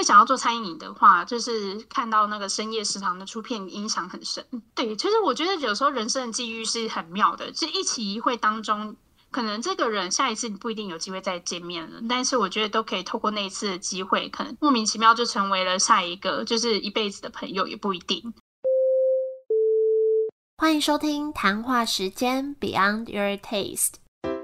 会想要做餐饮的话，就是看到那个深夜食堂的出片影响很深。对，其实我觉得有时候人生的际遇是很妙的，就一期一会当中，可能这个人下一次你不一定有机会再见面了，但是我觉得都可以透过那一次的机会，可能莫名其妙就成为了下一个就是一辈子的朋友，也不一定。 欢迎收听谈话时间 Beyond Your Taste。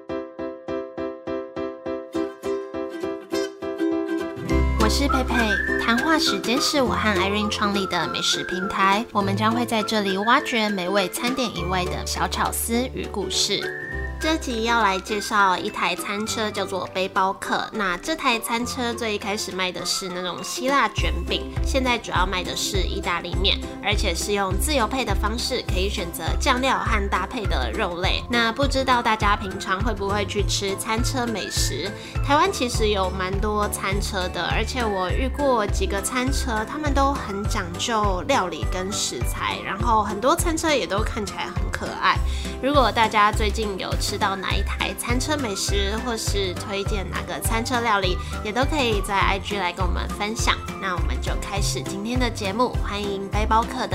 我是佩佩，谈话时间是我和 Irene 创立的美食平台，我们将会在这里挖掘美味餐点以外的小巧思与故事。这集要来介绍一台餐车，叫做背包客。那这台餐车最一开始卖的是那种希腊卷饼，现在主要卖的是意大利面，而且是用自由配的方式，可以选择酱料和搭配的肉类。那不知道大家平常会不会去吃餐车美食？台湾其实有蛮多餐车的，而且我遇过几个餐车，他们都很讲究料理跟食材，然后很多餐车也都看起来很可爱。如果大家最近有吃到哪一台餐车美食，或是推荐哪个餐车料理，也都可以在 IG 来跟我们分享。那我们就开始今天的节目，欢迎背包客的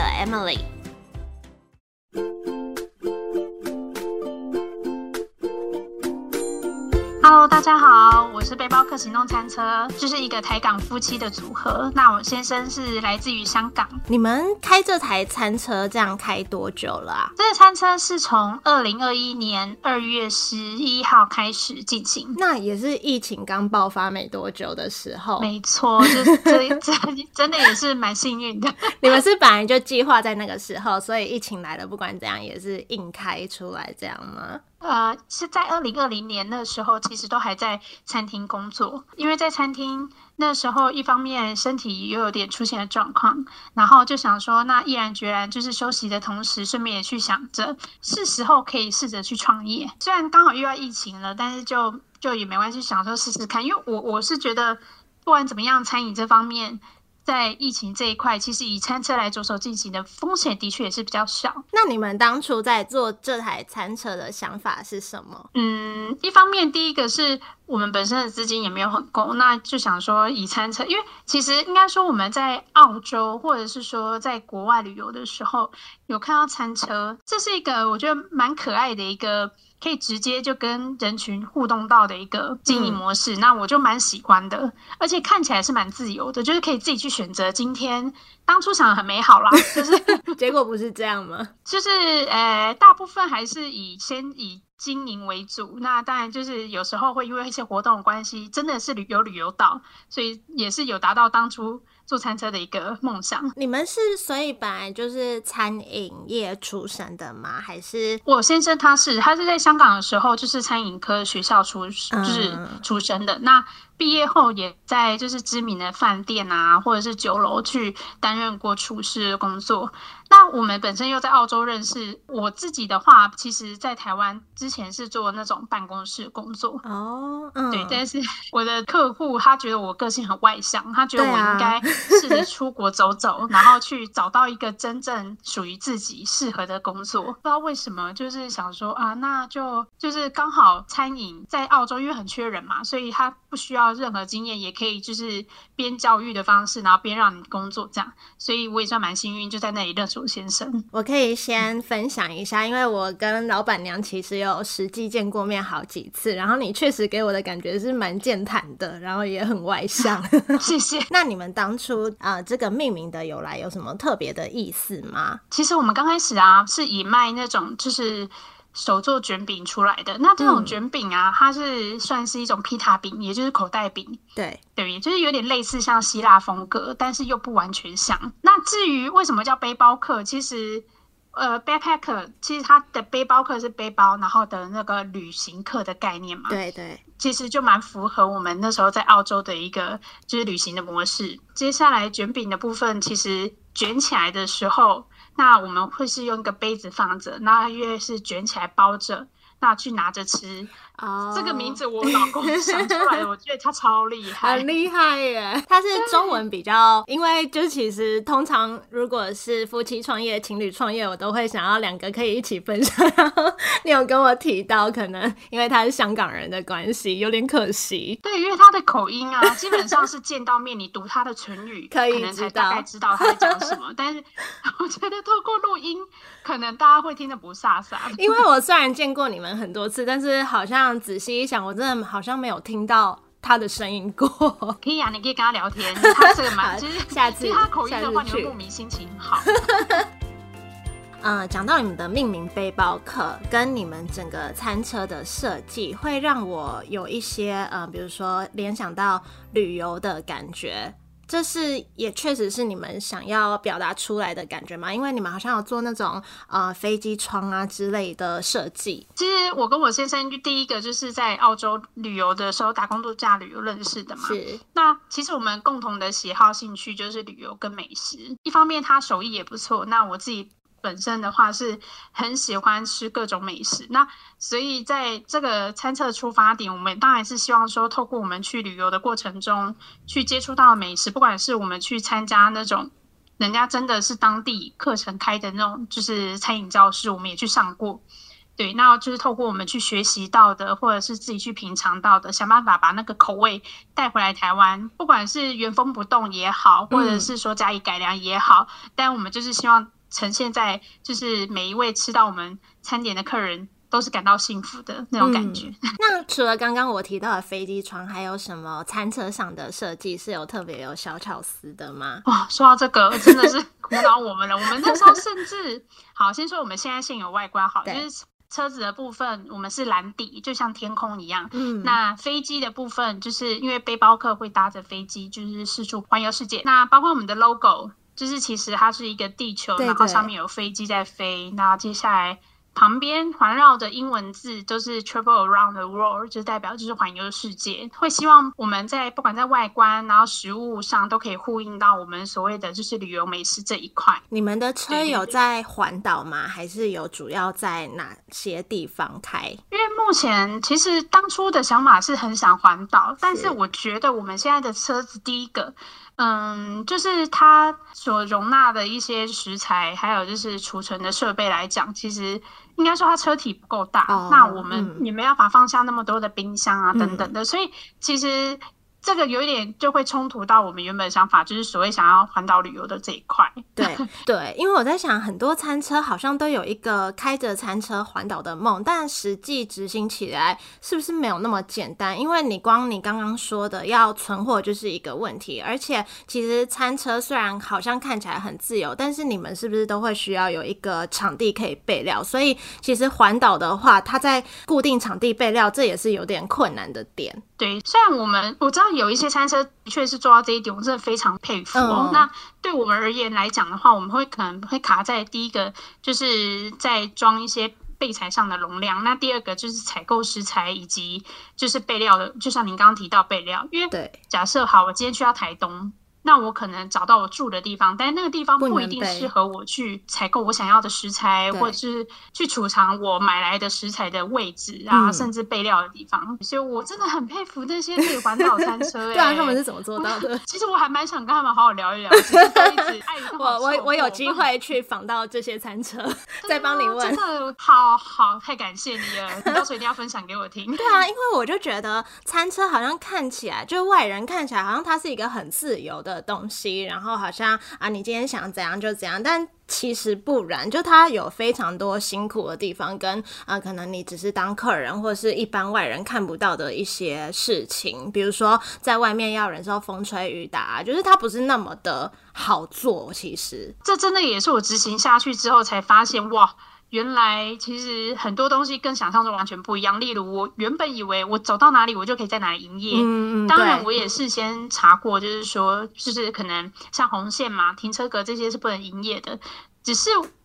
Emily。Hello， 大家好，我是背包客行动餐车，就是一个台港夫妻的组合。那我先生是来自于香港。 你们开这台餐车这样开多久了啊？ 这个餐车是从2021年2月11号开始进行。 那也是疫情刚爆发没多久的时候。 没错，就是真的也是蛮幸运的。 你们是本来就计划在那个时候，所以疫情来了，不管怎样也是硬开出来这样吗？ 是在2020年的时候，其实都还在餐厅工作，因为在餐厅那时候，一方面身体又有点出现了状况，然后就想说，那毅然决然就是休息的同时，顺便也去想着是时候可以试着去创业。虽然刚好又要疫情了，但是就也没关系，想说试试看，因为我是觉得不管怎么样，餐饮这方面在疫情这一块，其实以餐车来着手进行的风险的确也是比较小。 那你们当初在做这台餐车的想法是什么？ 一方面第一个是我们本身的资金也没有很够，那就想说以餐车，因为其实应该说我们在澳洲或者是说在国外旅游的时候有看到餐车，这是一个我觉得蛮可爱的一个可以直接就跟人群互动到的一个经营模式，那我就蛮喜欢的，而且看起来是蛮自由的，就是可以自己去选择。今天当初想的很美好啦，就是结果不是这样吗？ 就是大部分还是先以经营为主，那当然就是有时候会因为一些活动的关系，真的是旅游到，所以也是有达到当初做餐车的一个梦想。 你们是所以本来就是餐饮业出身的吗？还是我先生他是在香港的时候就是餐饮科学校就是出身的，那毕业后也在就是知名的饭店啊或者是酒楼去担任过厨师的工作。那我们本身又在澳洲认识，我自己的话其实在台湾之前是做那种办公室工作对，但是我的客户他觉得我个性很外向，他觉得我应该试着出国走走然后去找到一个真正属于自己适合的工作。不知道为什么就是想说那就是刚好餐饮在澳洲因为很缺人嘛，所以他不需要任何经验也可以就是边教育的方式然后边让你工作这样，所以我也算蛮幸运就在那里认识我先生。 我可以先分享一下，因为我跟老板娘其实有实际见过面好几次，然后你确实给我的感觉是蛮健谈的，然后也很外向谢谢。 那你们当初这个命名的由来有什么特别的意思吗？ 其实我们刚开始是以卖那种就是手做卷饼出来的，那这种卷饼它是算是一种披萨饼，也就是口袋饼。对，就是有点类似像希腊风格，但是又不完全像。那至于为什么叫背包客，其实backpacker 其实它的背包客是背包然后的那个旅行客的概念嘛。对，其实就蛮符合我们那时候在澳洲的一个就是旅行的模式。接下来卷饼的部分，其实卷起来的时候，那我们会是用一个杯子放着，那因为是卷起来包着，那去拿着吃， 这个名字我老公想出来的，我觉得他超厉害， 很厉害耶。他是中文比较，因为就其实通常如果是夫妻创业、情侣创业，我都会想要两个可以一起分享。然后你有跟我提到，可能因为他是香港人的关系，有点可惜。 对，因为他的口音啊，基本上是见到面你读他的唇语，可能才大概知道他在讲什么。但是我觉得透过录音，可能大家会听得不飒飒。 因为我虽然见过你们很多次，但是好像仔细一想，我真的好像没有听到他的声音过。 可以啊，你可以跟他聊天，他这个蛮其实下次其实他口音的话，你会莫名心情好。 讲到你们的命名背包客跟你们整个餐车的设计，会让我有一些比如说联想到旅游的感觉。这是也确实是你们想要表达出来的感觉吗？因为你们好像有做那种飞机窗啊之类的设计。 其实我跟我先生第一个就是在澳洲旅游的时候打工度假旅游认识的嘛。 是。 那其实我们共同的喜好兴趣就是旅游跟美食。一方面他手艺也不错，那我自己本身的话是很喜欢吃各种美食，那所以在这个餐车出发点，我们当然是希望说透过我们去旅游的过程中去接触到美食，不管是我们去参加那种人家真的是当地课程开的那种就是餐饮教室，我们也去上过。对，那就是透过我们去学习到的，或者是自己去品尝到的，想办法把那个口味带回来台湾，不管是原封不动也好，或者是说加以改良也好，但我们就是希望呈现在就是每一位吃到我们餐点的客人都是感到幸福的那种感觉。 那除了刚刚我提到的飞机窗，还有什么餐车上的设计是有特别有小巧思的吗？ 哇，说到这个真的是苦恼我们了。我们那时候甚至好，先说我们现在现有外观好，就是车子的部分我们是蓝底，就像天空一样。那飞机的部分就是因为背包客会搭着飞机就是四处环游世界，那包括我们的 logo就是其实它是一个地球，然后上面有飞机在飞，那接下来旁边环绕的英文字都是 travel around the world， 就代表就是环游世界。会希望我们在不管在外观然后食物上都可以呼应到我们所谓的就是旅游美食这一块。 你们的车有在环岛吗？还是有主要在哪些地方开？ 因为目前其实当初的想法是很想环岛，但是我觉得我们现在的车子第一个就是它所容纳的一些食材还有就是储存的设备来讲，其实应该说它车体不够大，那我们也没办法放下那么多的冰箱啊等等的，所以其实这个有一点就会冲突到我们原本的想法，就是所谓想要环岛旅游的这一块。 对对，因为我在想很多餐车好像都有一个开着餐车环岛的梦，但实际执行起来是不是没有那么简单？因为你刚刚说的要存货就是一个问题，而且其实餐车虽然好像看起来很自由，但是你们是不是都会需要有一个场地可以备料？所以其实环岛的话，它在固定场地备料，这也是有点困难的点。 对，虽然我知道有一些餐车的确是做到这一点，我真的非常佩服那对我们而言来讲的话，我们可能会卡在第一个就是在装一些备材上的容量，那第二个就是采购食材以及就是备料的，就像您刚刚提到备料，因为假设好，我今天去到台东，那我可能找到我住的地方，但是那个地方不一定适合我去采购我想要的食材，或者是去储藏我买来的食材的位置啊，甚至备料的地方。所以我真的很佩服那些可以环岛餐车对啊，他们是怎么做到的？ 其实我还蛮想跟他们好好聊一聊，只是都一直我有机会去访到这些餐车，再帮你问。 真的好，太感谢你了，你到时候一定要分享给我听。 对啊，因为我就觉得餐车好像看起来，就外人看起来好像它是一个很自由的东西，然后好像你今天想怎样就怎样，但其实不然，就它有非常多辛苦的地方，跟可能你只是当客人或是一般外人看不到的一些事情，比如说在外面要忍受风吹雨打，就是它不是那么的好做。其实这真的也是我执行下去之后才发现，哇，原来其实很多东西跟想象中完全不一样。例如我原本以为我走到哪里我就可以在哪里营业，当然我也事先查过，就是说就是可能像红线嘛，停车格这些是不能营业的，只是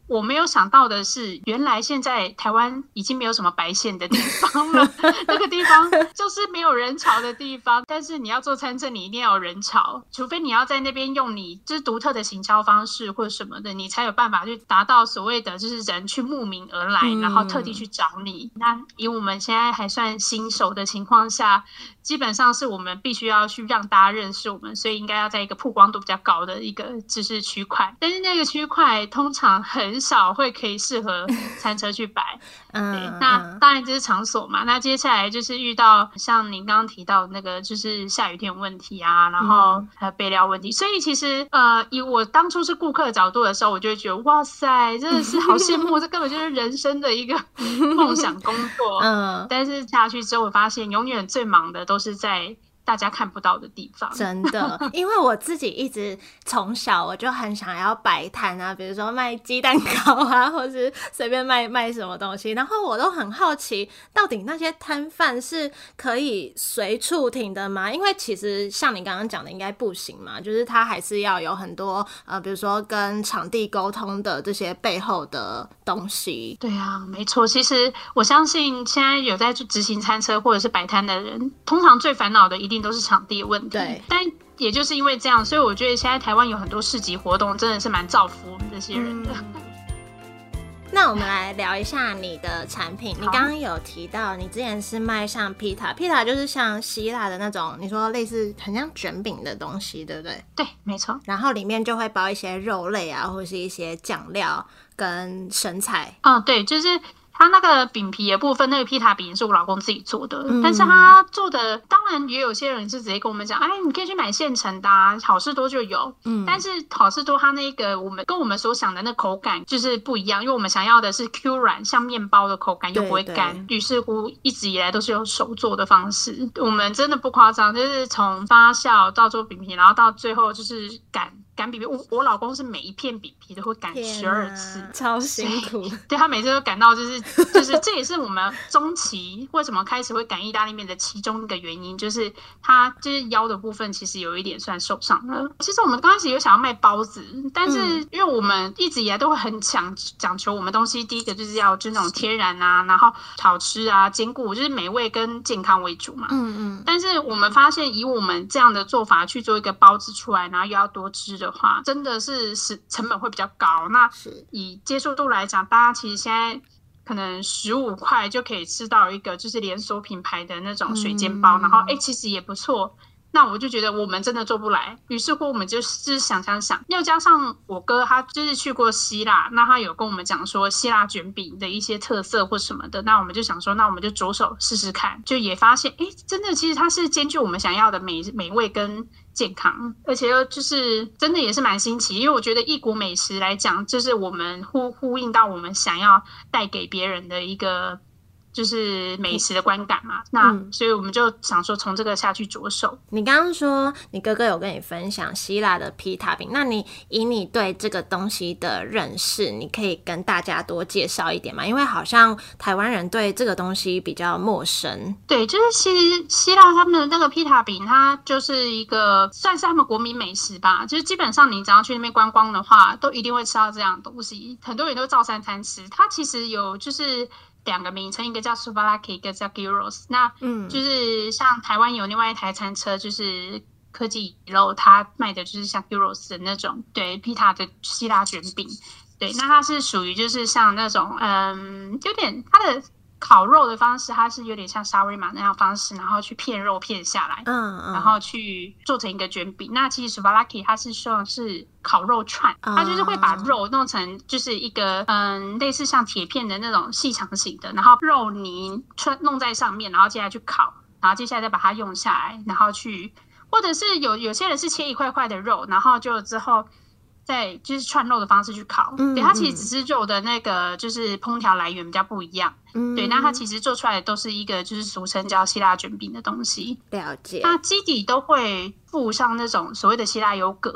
我没有想到的是，原来现在台湾已经没有什么白线的地方了那个地方就是没有人潮的地方，但是你要做参政，你一定要有人潮，除非你要在那边用你就是独特的行销方式或者什么的，你才有办法去达到所谓的就是人去慕名而来，然后特地去找你。那以我们现在还算新手的情况下，基本上是我们必须要去让大家认识我们，所以应该要在一个曝光度比较高的一个就是区块，但是那个区块通常很少会可以适合餐车去摆对，那当然这是场所嘛。那接下来就是遇到像您刚刚提到的那个就是下雨天问题啊，然后还有备料问题，所以其实以我当初是顾客的角度的时候，我就会觉得哇塞真的是好羡慕这根本就是人生的一个梦想工作但是下去之后我发现永远最忙的都是在大家看不到的地方。 真的，因为我自己一直从小我就很想要摆摊啊，比如说卖鸡蛋糕啊，或是随便卖什么东西，然后我都很好奇到底那些摊贩是可以随处停的吗？因为其实像你刚刚讲的应该不行嘛，就是它还是要有很多比如说跟场地沟通的这些背后的东西。 对啊，没错，其实我相信现在有在执行餐车或者是摆摊的人，通常最烦恼的一定都是场地的问题。 对， 但也就是因为这样，所以我觉得现在台湾有很多市集活动真的是蛮造福我们这些人的那我们来聊一下你的产品。你刚刚有提到你之前是卖像披塔就是像希腊的那种，你说类似很像卷饼的东西对不对？ 对，没错。 然后里面就会包一些肉类啊，或是一些酱料跟生菜。 对，就是他那个饼皮的部分，那个披塔饼是我老公自己做的，但是他做的当然也有些人是直接跟我们讲，哎，你可以去买现成的啊，好事多就有。但是好事多它那个跟我们所想的那口感就是不一样，因为我们想要的是 Q 软像面包的口感，又不会干。于是乎一直以来都是用手做的方式，我们真的不夸张，就是从发酵到做饼皮，然后到最后就是擀饼皮，我老公是每一片饼皮都会擀12次， 超辛苦。 对，他每次都擀到就是这也是我们中期为什么开始会擀意大利面的其中一个原因，就是他就是腰的部分其实有一点算受伤了。其实我们刚开始有想要卖包子，但是因为我们一直以来都会很讲求我们东西，第一个就是要就是那种天然啊，然后好吃啊，兼顾就是美味跟健康为主嘛。但是我们发现以我们这样的做法去做一个包子出来，然后又要多吃的话，真的是成本会比较高。那以接受度来讲，大家其实现在可能15块就可以吃到一个就是连锁品牌的那种水煎包，然后其实也不错。那我就觉得我们真的做不来，于是乎我们就是想，又加上我哥他就是去过希腊，那他有跟我们讲说希腊卷饼的一些特色或什么的，那我们就想说那我们就着手试试看，就也发现真的其实它是兼具我们想要的美味跟健康，而且又就是真的也是蛮新奇，因为我觉得异国美食来讲，就是我们呼应到我们想要带给别人的一个就是美食的观感嘛，那所以我们就想说从这个下去着手。 你刚刚说你哥哥有跟你分享希腊的披塔饼，那你以你对这个东西的认识，你可以跟大家多介绍一点吗？因为好像台湾人对这个东西比较陌生。 对，就是其实希腊他们的那个披塔饼，它就是一个算是他们国民美食吧，就是基本上你只要去那边观光的话，都一定会吃到这样的东西，很多人都照三餐吃。它其实有就是两个名称，一个叫 Souvlaki， 一个叫 Gyros。 那就是像台湾有另外一台餐车就是科技肉，它卖的就是像 Gyros 的那种对披塔的希腊卷饼。对，那它是属于就是像那种有点它的烤肉的方式，它是有点像沙威玛那样方式，然后去片肉片下来，然后去做成一个卷饼。那其实 Souvlaki 它是说是烤肉串，它就是会把肉弄成就是一个类似像铁片的那种细长型的，然后肉泥弄在上面，然后接下来去烤，然后接下来再把它用下来，然后去或者是有些人是切一块块的肉，然后就之后再就是串肉的方式去烤。对，它其实只是肉的那个就是烹调来源比较不一样。对，那它其实做出来的都是一个就是俗称叫希腊卷饼的东西。 了解。 那基底都会附上那种所谓的希腊优格，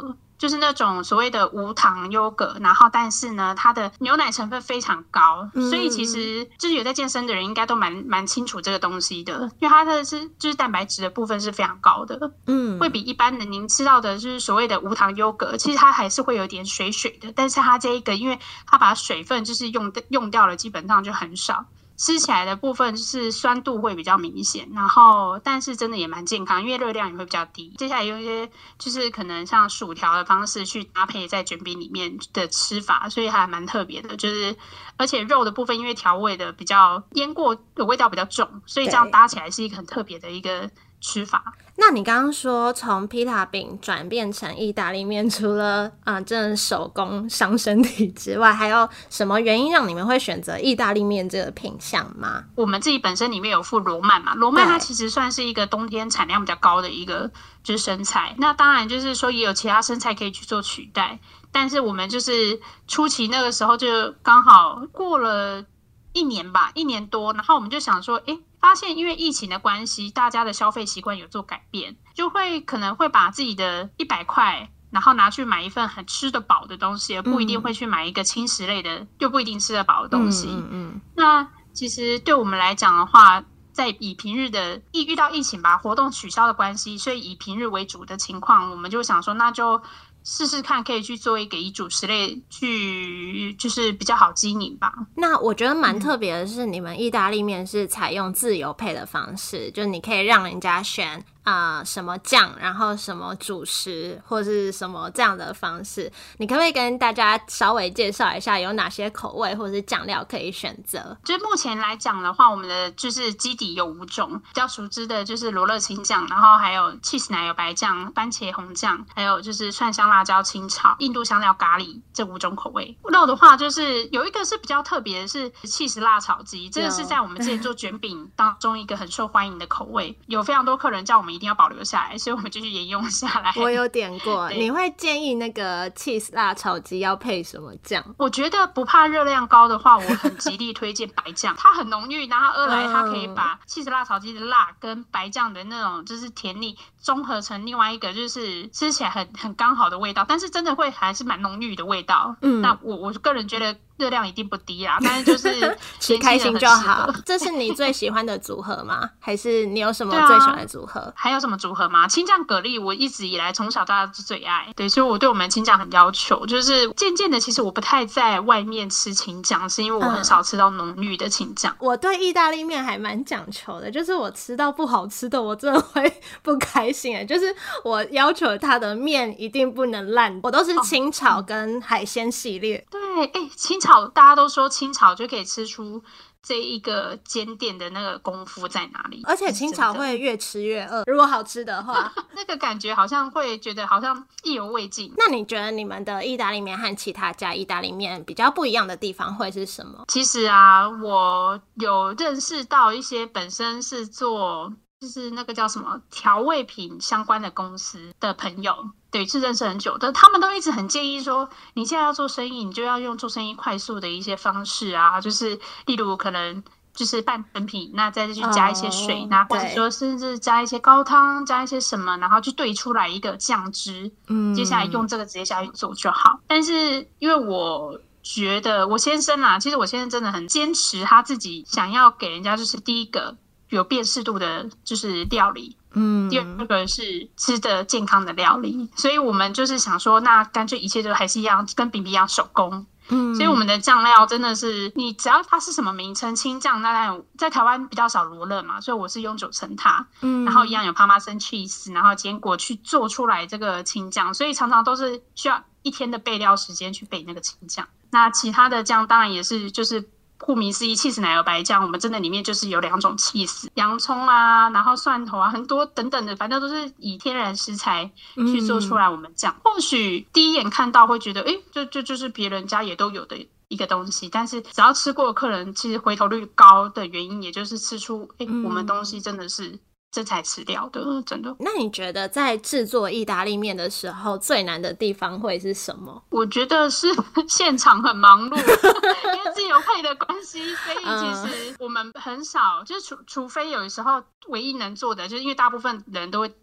就是那种所谓的无糖优格，然后但是呢它的牛奶成分非常高，所以其实就是有在健身的人应该都蛮清楚这个东西的，因为它的就是蛋白质的部分是非常高的，会比一般的您吃到的就是所谓的无糖优格，其实它还是会有点水水的，但是它这一个因为它把水分就是用掉了，基本上就很少，吃起来的部分就是酸度会比较明显，然后但是真的也蛮健康，因为热量也会比较低。接下来有一些就是可能像薯条的方式去搭配在卷饼里面的吃法，所以还蛮特别的，就是而且肉的部分因为调味的比较腌过的味道比较重，所以这样搭起来是一个很特别的一个吃法。 那你刚刚说从披萨饼转变成意大利面，除了真的手工伤身体之外，还有什么原因让你们会选择意大利面这个品项吗？ 我们自己本身里面有附罗曼嘛，罗曼它其实算是一个冬天产量比较高的一个就是生菜，那当然就是说也有其他生菜可以去做取代，但是我们就是初期那个时候就刚好过了1年多，然后我们就想说发现因为疫情的关系，大家的消费习惯有做改变，就可能会把自己的100块然后拿去买一份很吃得饱的东西，而不一定会去买一个轻食类的又不一定吃得饱的东西。那其实对我们来讲的话，在以平日的遇到疫情吧，活动取消的关系，所以以平日为主的情况，我们就想说那就试试看可以去做一个以主食类去就是比较好经营吧。 那我觉得蛮特别的是，你们意大利面是采用自由配的方式，就你可以让人家选什么酱，然后什么主食或是什么这样的方式，你可不可以跟大家稍微介绍一下有哪些口味或是酱料可以选择？ 就目前来讲的话，我们的就是基底有5种，比较熟知的就是罗勒青酱，然后还有 cheese 奶油白酱、番茄红酱，还有就是蒜香辣椒清炒、印度香料咖喱，这5种口味。肉的话就是有一个是比较特别的是 cheese 辣炒鸡，这个是在我们之前做卷饼当中一个很受欢迎的口味，有非常多客人叫我们一定要保留下来，所以我们继续沿用下来。 我有点过，你会建议那个 cheese 辣炒鸡要配什么酱？ 我觉得不怕热量高的话，我很极力推荐白酱，它很浓郁，然后二来它可以把 cheese 辣炒鸡的辣跟白酱的那种就是甜腻综合成另外一个就是吃起来很刚好的味道，但是真的会还是蛮浓郁的味道。那我个人觉得热量一定不低啦，但是就是吃开心就好。这是你最喜欢的组合吗？还是你有什么最喜欢的组合？ 还有什么组合吗？青酱蛤蜊我一直以来从小到大是最爱，对，所以我对我们青酱很要求，就是渐渐的其实我不太在外面吃青酱，是因为我很少吃到浓郁的青酱。 我对意大利面还蛮讲求的，就是我吃到不好吃的我真的会不开心耶，就是我要求它的面一定不能烂，我都是清炒跟海鲜系列。 对，清炒大家都说清炒就可以吃出这一个间店的那个功夫在哪里， 而且清炒会越吃越饿，如果好吃的话那个感觉好像会觉得好像意犹未尽。 那你觉得你们的意大利面和其他家意大利面比较不一样的地方会是什么？ 其实啊，我有认识到一些本身是做就是那个叫什么调味品相关的公司的朋友，对，是认识很久的，他们都一直很建议说，你现在要做生意，你就要用做生意快速的一些方式啊，就是例如可能就是半成品，那再去加一些水，那或者说甚至加一些高汤，加一些什么，然后去兑出来一个酱汁，接下来用这个直接下去做就好。但是因为我觉得我先生啦，其实我先生真的很坚持他自己想要给人家就是第一个有辨识度的就是料理，第二个是吃的健康的料理，所以我们就是想说那干脆一切都还是一样跟饼饼一样手工。所以我们的酱料真的是你只要它是什么名称，青酱那在台湾比较少罗勒嘛，所以我是用9层塔，然后一样有帕玛森 cheese， 然后坚果去做出来这个青酱，所以常常都是需要1天的备料时间去备那个青酱。那其他的酱当然也是就是顾名思义 cheese 奶油白酱，我们真的里面就是有2种 cheese， 洋葱啊，然后蒜头啊，很多等等的，反正都是以天然食材去做出来我们酱。或许第一眼看到会觉得就是别人家也都有的一个东西，但是只要吃过的客人其实回头率高的原因也就是吃出我们东西真的是这才吃掉的，真的。 那你觉得在制作意大利面的时候最难的地方会是什么？ 我觉得是现场很忙碌因为自由配的关系，所以其实我们很少就是除非有时候唯一能做的就是因为大部分人都会点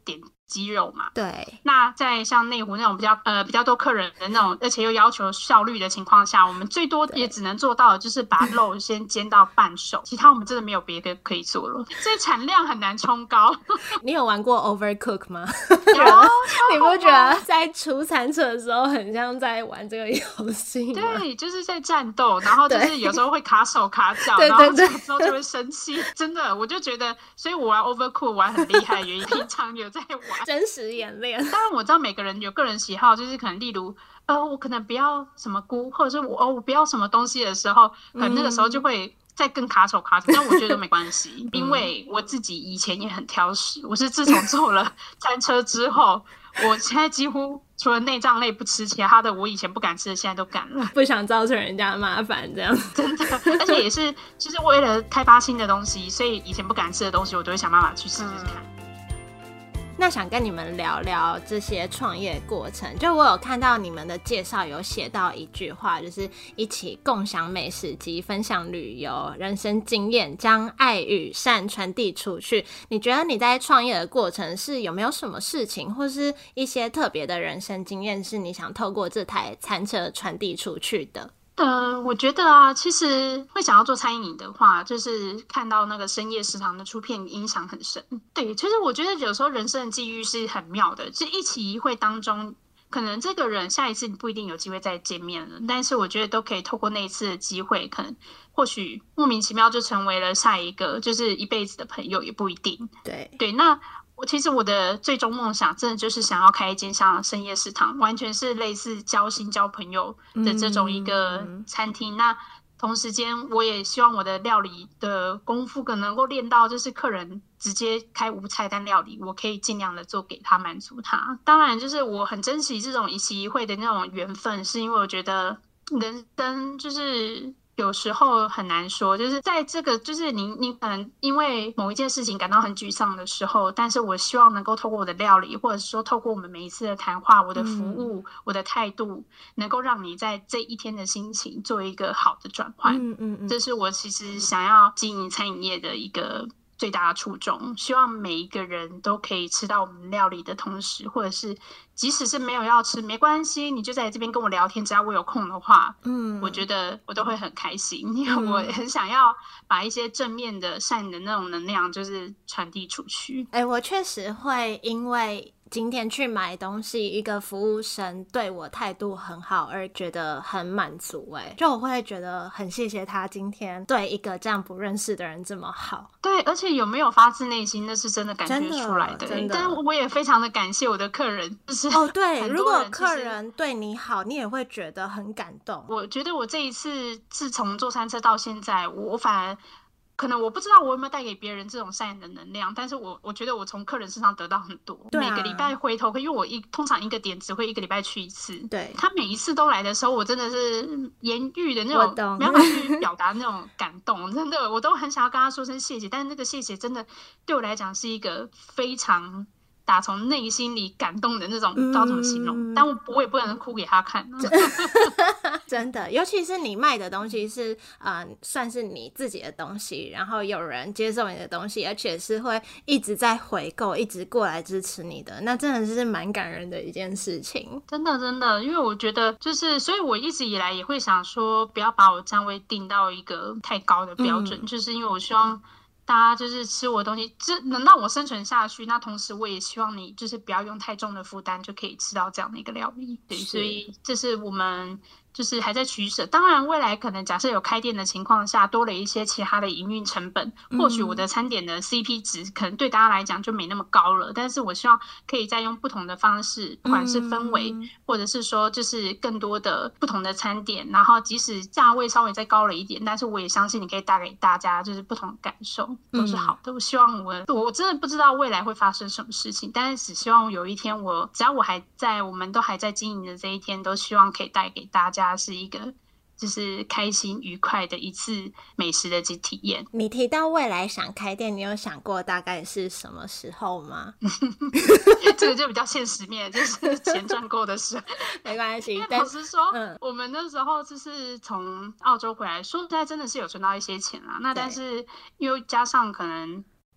鸡肉嘛。 对。 那在像内湖那种比较多客人的那种，而且又要求效率的情况下，我们最多也只能做到的就是把肉先煎到半熟，其他我们真的没有别的可以做了，所以产量很难冲高。 你有玩过 Overcook 吗？ 有， 你不觉得在出餐车的时候很像在玩这个游戏吗？ 对，就是在战斗，然后就是有时候会卡手卡脚， 对然后之后就会生气。真的，我就觉得，所以我玩 Overcook 玩很厉害，原因平常有在玩真实演练。 当然我知道每个人有个人喜好，就是可能例如我可能不要什么菇，或者是我不要什么东西的时候，可能那个时候就会再更卡手卡脚，但我觉得没关系，因为我自己以前也很挑食，我是自从做了餐车之后，我现在几乎除了内脏类不吃，其他的我以前不敢吃的，现在都敢了。 不想造成人家的麻烦，这样真的，而且也是就是为了开发新的东西，所以以前不敢吃的东西，我都会想办法去试试看。 那想跟你们聊聊这些创业过程，就我有看到你们的介绍有写到一句话，就是一起共享美食及分享旅游人生经验，将爱与善传递出去。你觉得你在创业的过程是有没有什么事情或是一些特别的人生经验是你想透过这台餐车传递出去的？ 我觉得啊，其实会想要做餐饮的话，就是看到那个深夜食堂的出片影响很深。对，其实我觉得有时候人生的际遇是很妙的，就一期一会当中，可能这个人下一次你不一定有机会再见面了，但是我觉得都可以透过那一次的机会，可能或许莫名其妙就成为了下一个就是一辈子的朋友，也不一定。对，那其实我的最终梦想真的就是想要开一间像深夜食堂，完全是类似交心交朋友的这种一个餐厅。那同时间我也希望我的料理的功夫可能够练到就是客人直接开无菜单料理，我可以尽量的做给他，满足他。当然就是我很珍惜这种一期一会的那种缘分，是因为我觉得人生就是有时候很难说，就是在这个就是你可能因为某一件事情感到很沮丧的时候，但是我希望能够透过我的料理，或者是说透过我们每一次的谈话，我的服务，我的态度，能够让你在这一天的心情做一个好的转换。这是我其实想要经营餐饮业的一个最大的初衷，希望每一个人都可以吃到我们料理的同时，或者是即使是没有要吃没关系，你就在这边跟我聊天，只要我有空的话，我觉得我都会很开心，因为我很想要把一些正面的善的那种能量就是传递出去。 我确实会因为今天去买东西，一个服务生对我态度很好而觉得很满足。就我会觉得很谢谢他今天对一个这样不认识的人这么好。 对，而且有没有发自内心那是真的感觉出来的。但我也非常的感谢我的客人，就是对，如果客人对你好，你也会觉得很感动。 我觉得我这一次自从做餐车到现在，我反而可能我不知道我有没有带给别人这种善的能量，但是我觉得我从客人身上得到很多。每个礼拜回头，因为我通常一个点只会一个礼拜去一次， 对， 他每一次都来的时候，我真的是言语的那种没办法去表达那种感动，真的我都很想要跟他说声谢谢，但是那个谢谢真的对我来讲是一个非常打从内心里感动的那种，不知道怎么形容，但我也不能哭给他看。 真的，尤其是你卖的东西是算是你自己的东西，然后有人接受你的东西，而且是会一直在回购，一直过来支持你的，那真的是蛮感人的一件事情。 真的，因为我觉得就是所以我一直以来也会想说不要把我站位定到一个太高的标准，就是因为我希望大家就是吃我的东西，这能让我生存下去。那同时我也希望你就是不要用太重的负担就可以吃到这样的一个料理。对，所以这是我们就是还在取舍。当然未来可能假设有开店的情况下，多了一些其他的营运成本，或许我的餐点的 CP 值可能对大家来讲就没那么高了，但是我希望可以再用不同的方式，不管是氛围或者是说就是更多的不同的餐点，然后即使价位稍微再高了一点，但是我也相信你可以带给大家就是不同的感受，都是好的。我希望我真的不知道未来会发生什么事情，但是只希望有一天只要我还在，我们都还在经营的这一天，都希望可以带给大家是一个就是开心愉快的一次美食的体验。 你提到未来想开店，你有想过大概是什么时候吗？ 这个就比较现实面，就是钱赚够的时候。 没关系， 因为老实说我们那时候就是从澳洲回来，说实在真的是有存到一些钱啦，那但是又加上可能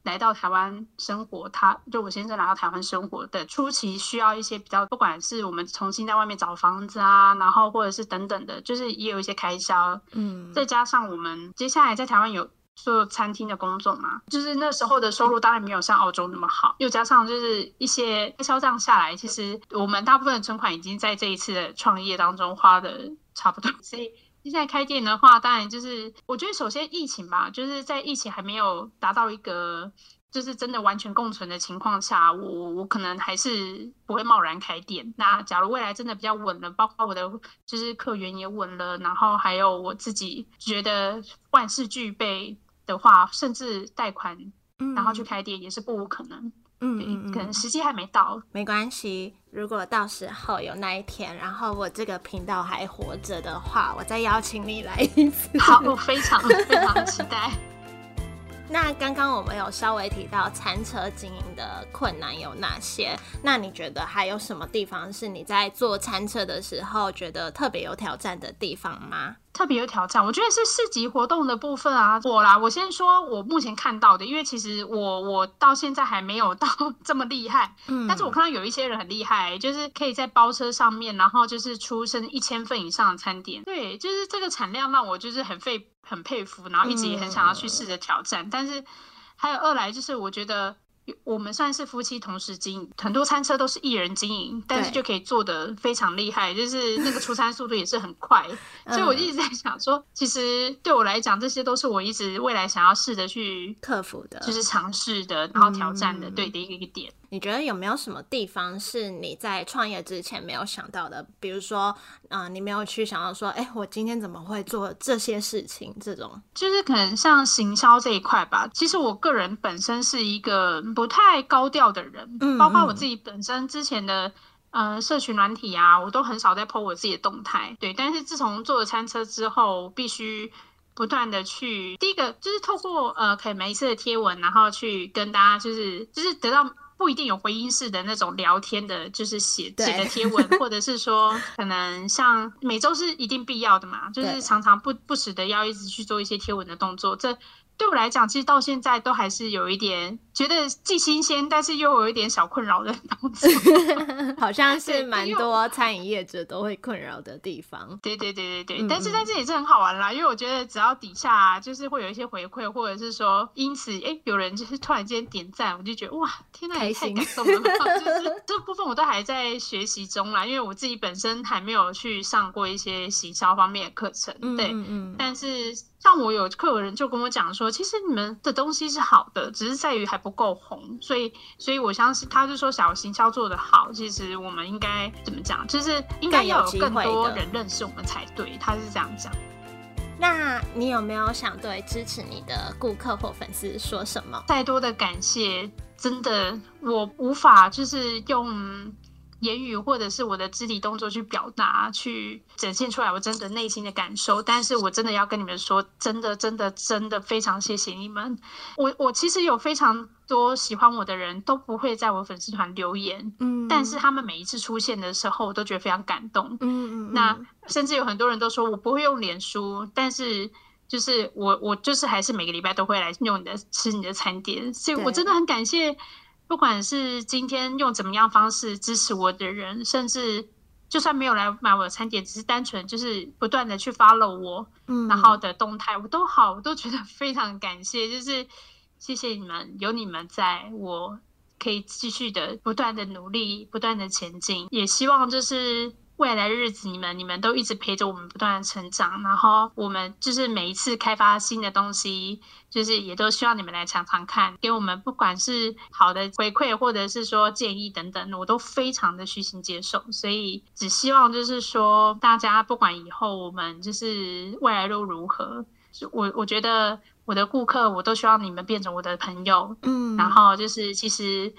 来到台湾生活，就我先生来到台湾生活的初期，需要一些比较，不管是我们重新在外面找房子啊，然后或者是等等的，就是也有一些开销，再加上我们接下来在台湾有做餐厅的工作嘛，就是那时候的收入当然没有像澳洲那么好，又加上就是一些开销这样下来，其实我们大部分的存款已经在这一次的创业当中花的差不多，所以现在开店的话，当然就是我觉得首先疫情吧，就是在疫情还没有达到一个就是真的完全共存的情况下，我可能还是不会贸然开店。那假如未来真的比较稳了，包括我的就是客源也稳了，然后还有我自己觉得万事俱备的话，甚至贷款然后去开店也是不无可能。可能时机还没到， 没关系。如果到时候有那一天，然后我这个频道还活着的话，我再邀请你来一次。 好，我非常非常期待。 那刚刚我们有稍微提到餐车经营的困难有哪些？那你觉得还有什么地方是你在做餐车的时候觉得特别有挑战的地方吗？ 特别有挑战，我觉得是市集活动的部分啊。我先说我目前看到的，因为其实我到现在还没有到这么厉害，但是我看到有一些人很厉害，就是可以在包车上面，然后就是出生1000份以上的餐点。对，就是这个产量让我就是很佩服，然后一直也很想要去试着挑战。但是还有二来就是我觉得我们算是夫妻同时经营，很多餐车都是一人经营，但是就可以做得非常厉害，就是那个出餐速度也是很快。所以我一直在想说，其实对我来讲，这些都是我一直未来想要试着去克服的， 就是尝试的，然后挑战的，对的一个点。 你觉得有没有什么地方是你在创业之前没有想到的？比如说，你没有去想到说，我今天怎么会做这些事情？这种就是可能像行销这一块吧。其实我个人本身是一个不太高调的人，包括我自己本身之前的社群软体啊，我都很少在 po 我自己的动态。对，但是自从做了餐车之后，必须不断的去，第一个就是透过可以每一次的贴文，然后去跟大家就是得到。不一定有回音式的那种聊天的，就是写的贴文，或者是说可能像每周是一定必要的嘛，就是常常不时的要一直去做一些贴文的动作。这对我来讲，其实到现在都还是有一点觉得既新鲜，但是又有一点小困扰的动作。 好像是蛮多餐饮业者都会困扰的地方。 对，但是也是很好玩啦，因为我觉得只要底下就是会有一些回馈，或者是说因此有人就是突然间点赞，我就觉得哇，天哪，也太感动了吧！就是这部分我都还在学习中啦，因为我自己本身还没有去上过一些行销方面的课程，对，但是像我有客人就跟我讲说，其实你们的东西是好的，只是在于还不够红，所以我相信他就说小行销做得好，其实我们应该怎么讲，就是应该要有更多人认识我们才对，他是这样讲。 那你有没有想对支持你的顾客或粉丝说什么？ 再多的感谢，真的我无法就是用言语或者是我的肢体动作去表达，去展现出来我真的内心的感受，但是我真的要跟你们说，真的非常谢谢你们。我其实有非常多喜欢我的人都不会在我粉丝团留言，但是他们每一次出现的时候，我都觉得非常感动。那甚至有很多人都说我不会用脸书，但是就是我就是还是每个礼拜都会来用吃你的餐点，所以我真的很感谢。不管是今天用怎么样方式支持我的人，甚至就算没有来买我的餐点，只是单纯就是不断的去 follow 我，然后的动态我都觉得非常感谢，就是谢谢你们，有你们在，我可以继续的不断的努力，不断的前进，也希望就是未来的日子你们都一直陪着我们不断的成长，然后我们就是每一次开发新的东西，就是也都希望你们来尝尝看，给我们不管是好的回馈或者是说建议等等，我都非常的虚心接受，所以只希望就是说大家不管以后我们就是未来路如何，我觉得我的顾客我都希望你们变成我的朋友，然后就是其实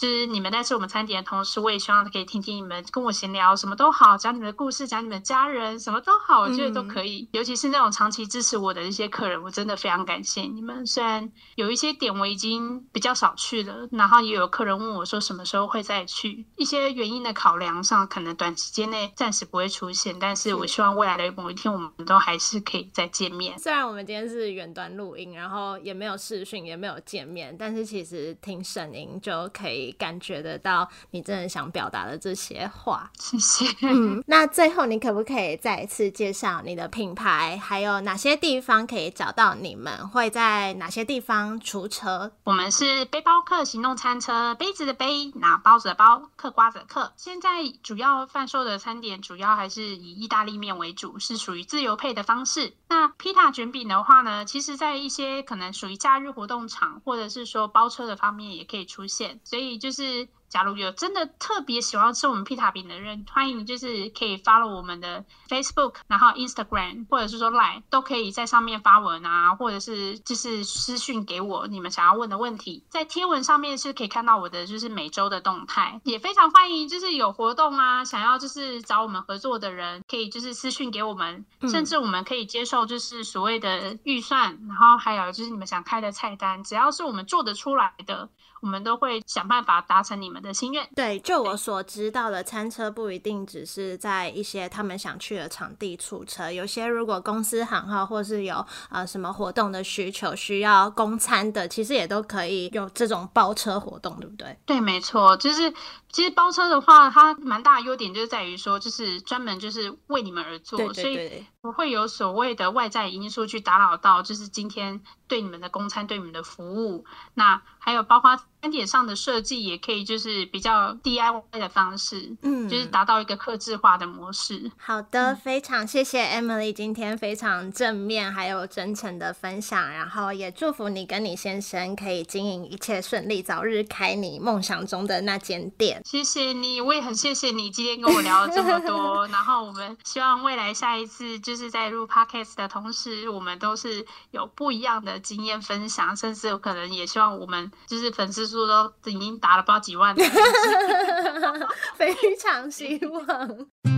就是你们在吃我们餐点的同时，我也希望可以听听你们跟我闲聊，什么都好，讲你们的故事，讲你们的家人，什么都好，我觉得都可以。尤其是那种长期支持我的一些客人，我真的非常感谢你们。虽然有一些点我已经比较少去了，然后也有客人问我说什么时候会再去，一些原因的考量上，可能短时间内暂时不会出现，但是我希望未来的某一天我们都还是可以再见面。 虽然我们今天是远端录音，然后也没有视讯，也没有见面，但是其实听声音就可以感觉得到你真的想表达的这些话。 谢谢。 那最后你可不可以再一次介绍你的品牌，还有哪些地方可以找到你们，会在哪些地方出车？ 我们是背包客行动餐车，杯子的杯，拿包子的包，嗑瓜子的嗑。现在主要贩售的餐点主要还是以意大利面为主，是属于自由配的方式。那披萨卷饼的话呢，其实在一些可能属于假日活动场或者是说包车的方面也可以出现，所以就是假如有真的特别喜欢吃我们披萨饼的人，欢迎就是可以 follow 我们的 Facebook， 然后 Instagram 或者是说 Line 都可以在上面发文啊，或者是就是私讯给我你们想要问的问题。在贴文上面是可以看到我的就是每周的动态，也非常欢迎就是有活动啊，想要就是找我们合作的人，可以就是私讯给我们，甚至我们可以接受就是所谓的预算，然后还有就是你们想开的菜单，只要是我们做得出来的，我们都会想办法达成你们的心愿。 对，就我所知道的，餐车不一定只是在一些他们想去的场地出车，有些如果公司行号或是有什么活动的需求需要供餐的，其实也都可以有这种包车活动，对不对？ 对，没错，就是其实包车的话，它蛮大的优点就是在于说，就是专门就是为你们而做， 对， 所以不会有所谓的外在因素去打扰到，就是今天对你们的供餐、对你们的服务。那还有包括餐点上的设计，也可以就是比较 DIY 的方式，就是达到一个客制化的模式。 好的，非常谢谢 Emily 今天非常正面还有真诚的分享，然后也祝福你跟你先生可以经营一切顺利，早日开你梦想中的那间店。 谢谢你，我也很谢谢你今天跟我聊了这么多。然后我们希望未来下一次就是在录 Podcast 的同时，我们都是有不一样的经验分享，甚至有可能也希望我们就是粉丝数都已经达了不知道几万了。 非常希望。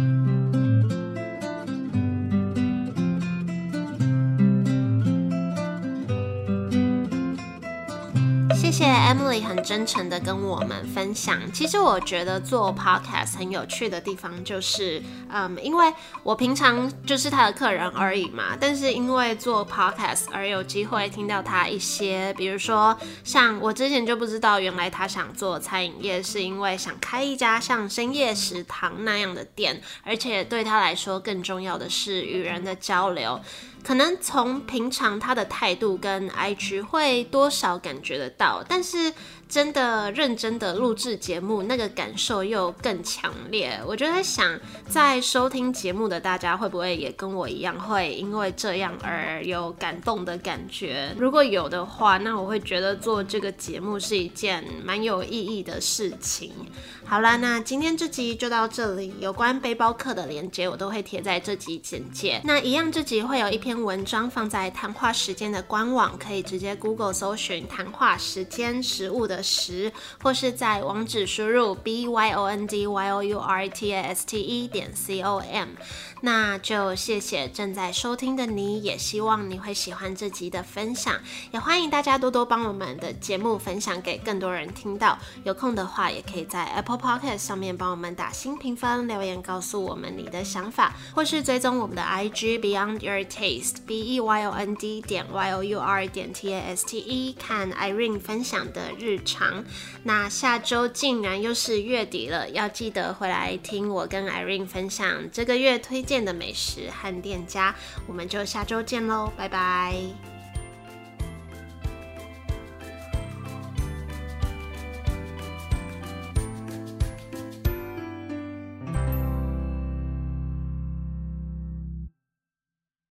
谢谢 Emily 很真诚的跟我们分享。其实我觉得做 podcast 很有趣的地方就是，因为我平常就是他的客人而已嘛，但是因为做 podcast 而有机会听到他一些，比如说像我之前就不知道，原来他想做餐饮业是因为想开一家像深夜食堂那样的店，而且对他来说更重要的是与人的交流。可能从平常他的态度跟 IG 会多少感觉得到，但是真的认真的录制节目，那个感受又更强烈。我就在想，在收听节目的大家会不会也跟我一样，会因为这样而有感动的感觉？如果有的话，那我会觉得做这个节目是一件蛮有意义的事情。好啦，那今天这集就到这里，有关背包客的连结我都会贴在这集简介。那一样这集会有一篇文章放在谈话时间的官网，可以直接 Google 搜寻谈话时间，食物的食，或是在网址输入 byondyourtaste.com。那就谢谢正在收听的你，也希望你会喜欢这集的分享，也欢迎大家多多帮我们的节目分享给更多人听到。有空的话，也可以在 Apple Podcast 上面帮我们打新评分，留言告诉我们你的想法，或是追踪我们的 IG Beyond Your Taste BEYOND.YOUR.TASTE 看 Irene 分享的日常。那下周竟然又是月底了，要记得回来听我跟 Irene 分享这个月推荐的美食和店家。我们就下周见咯，拜拜。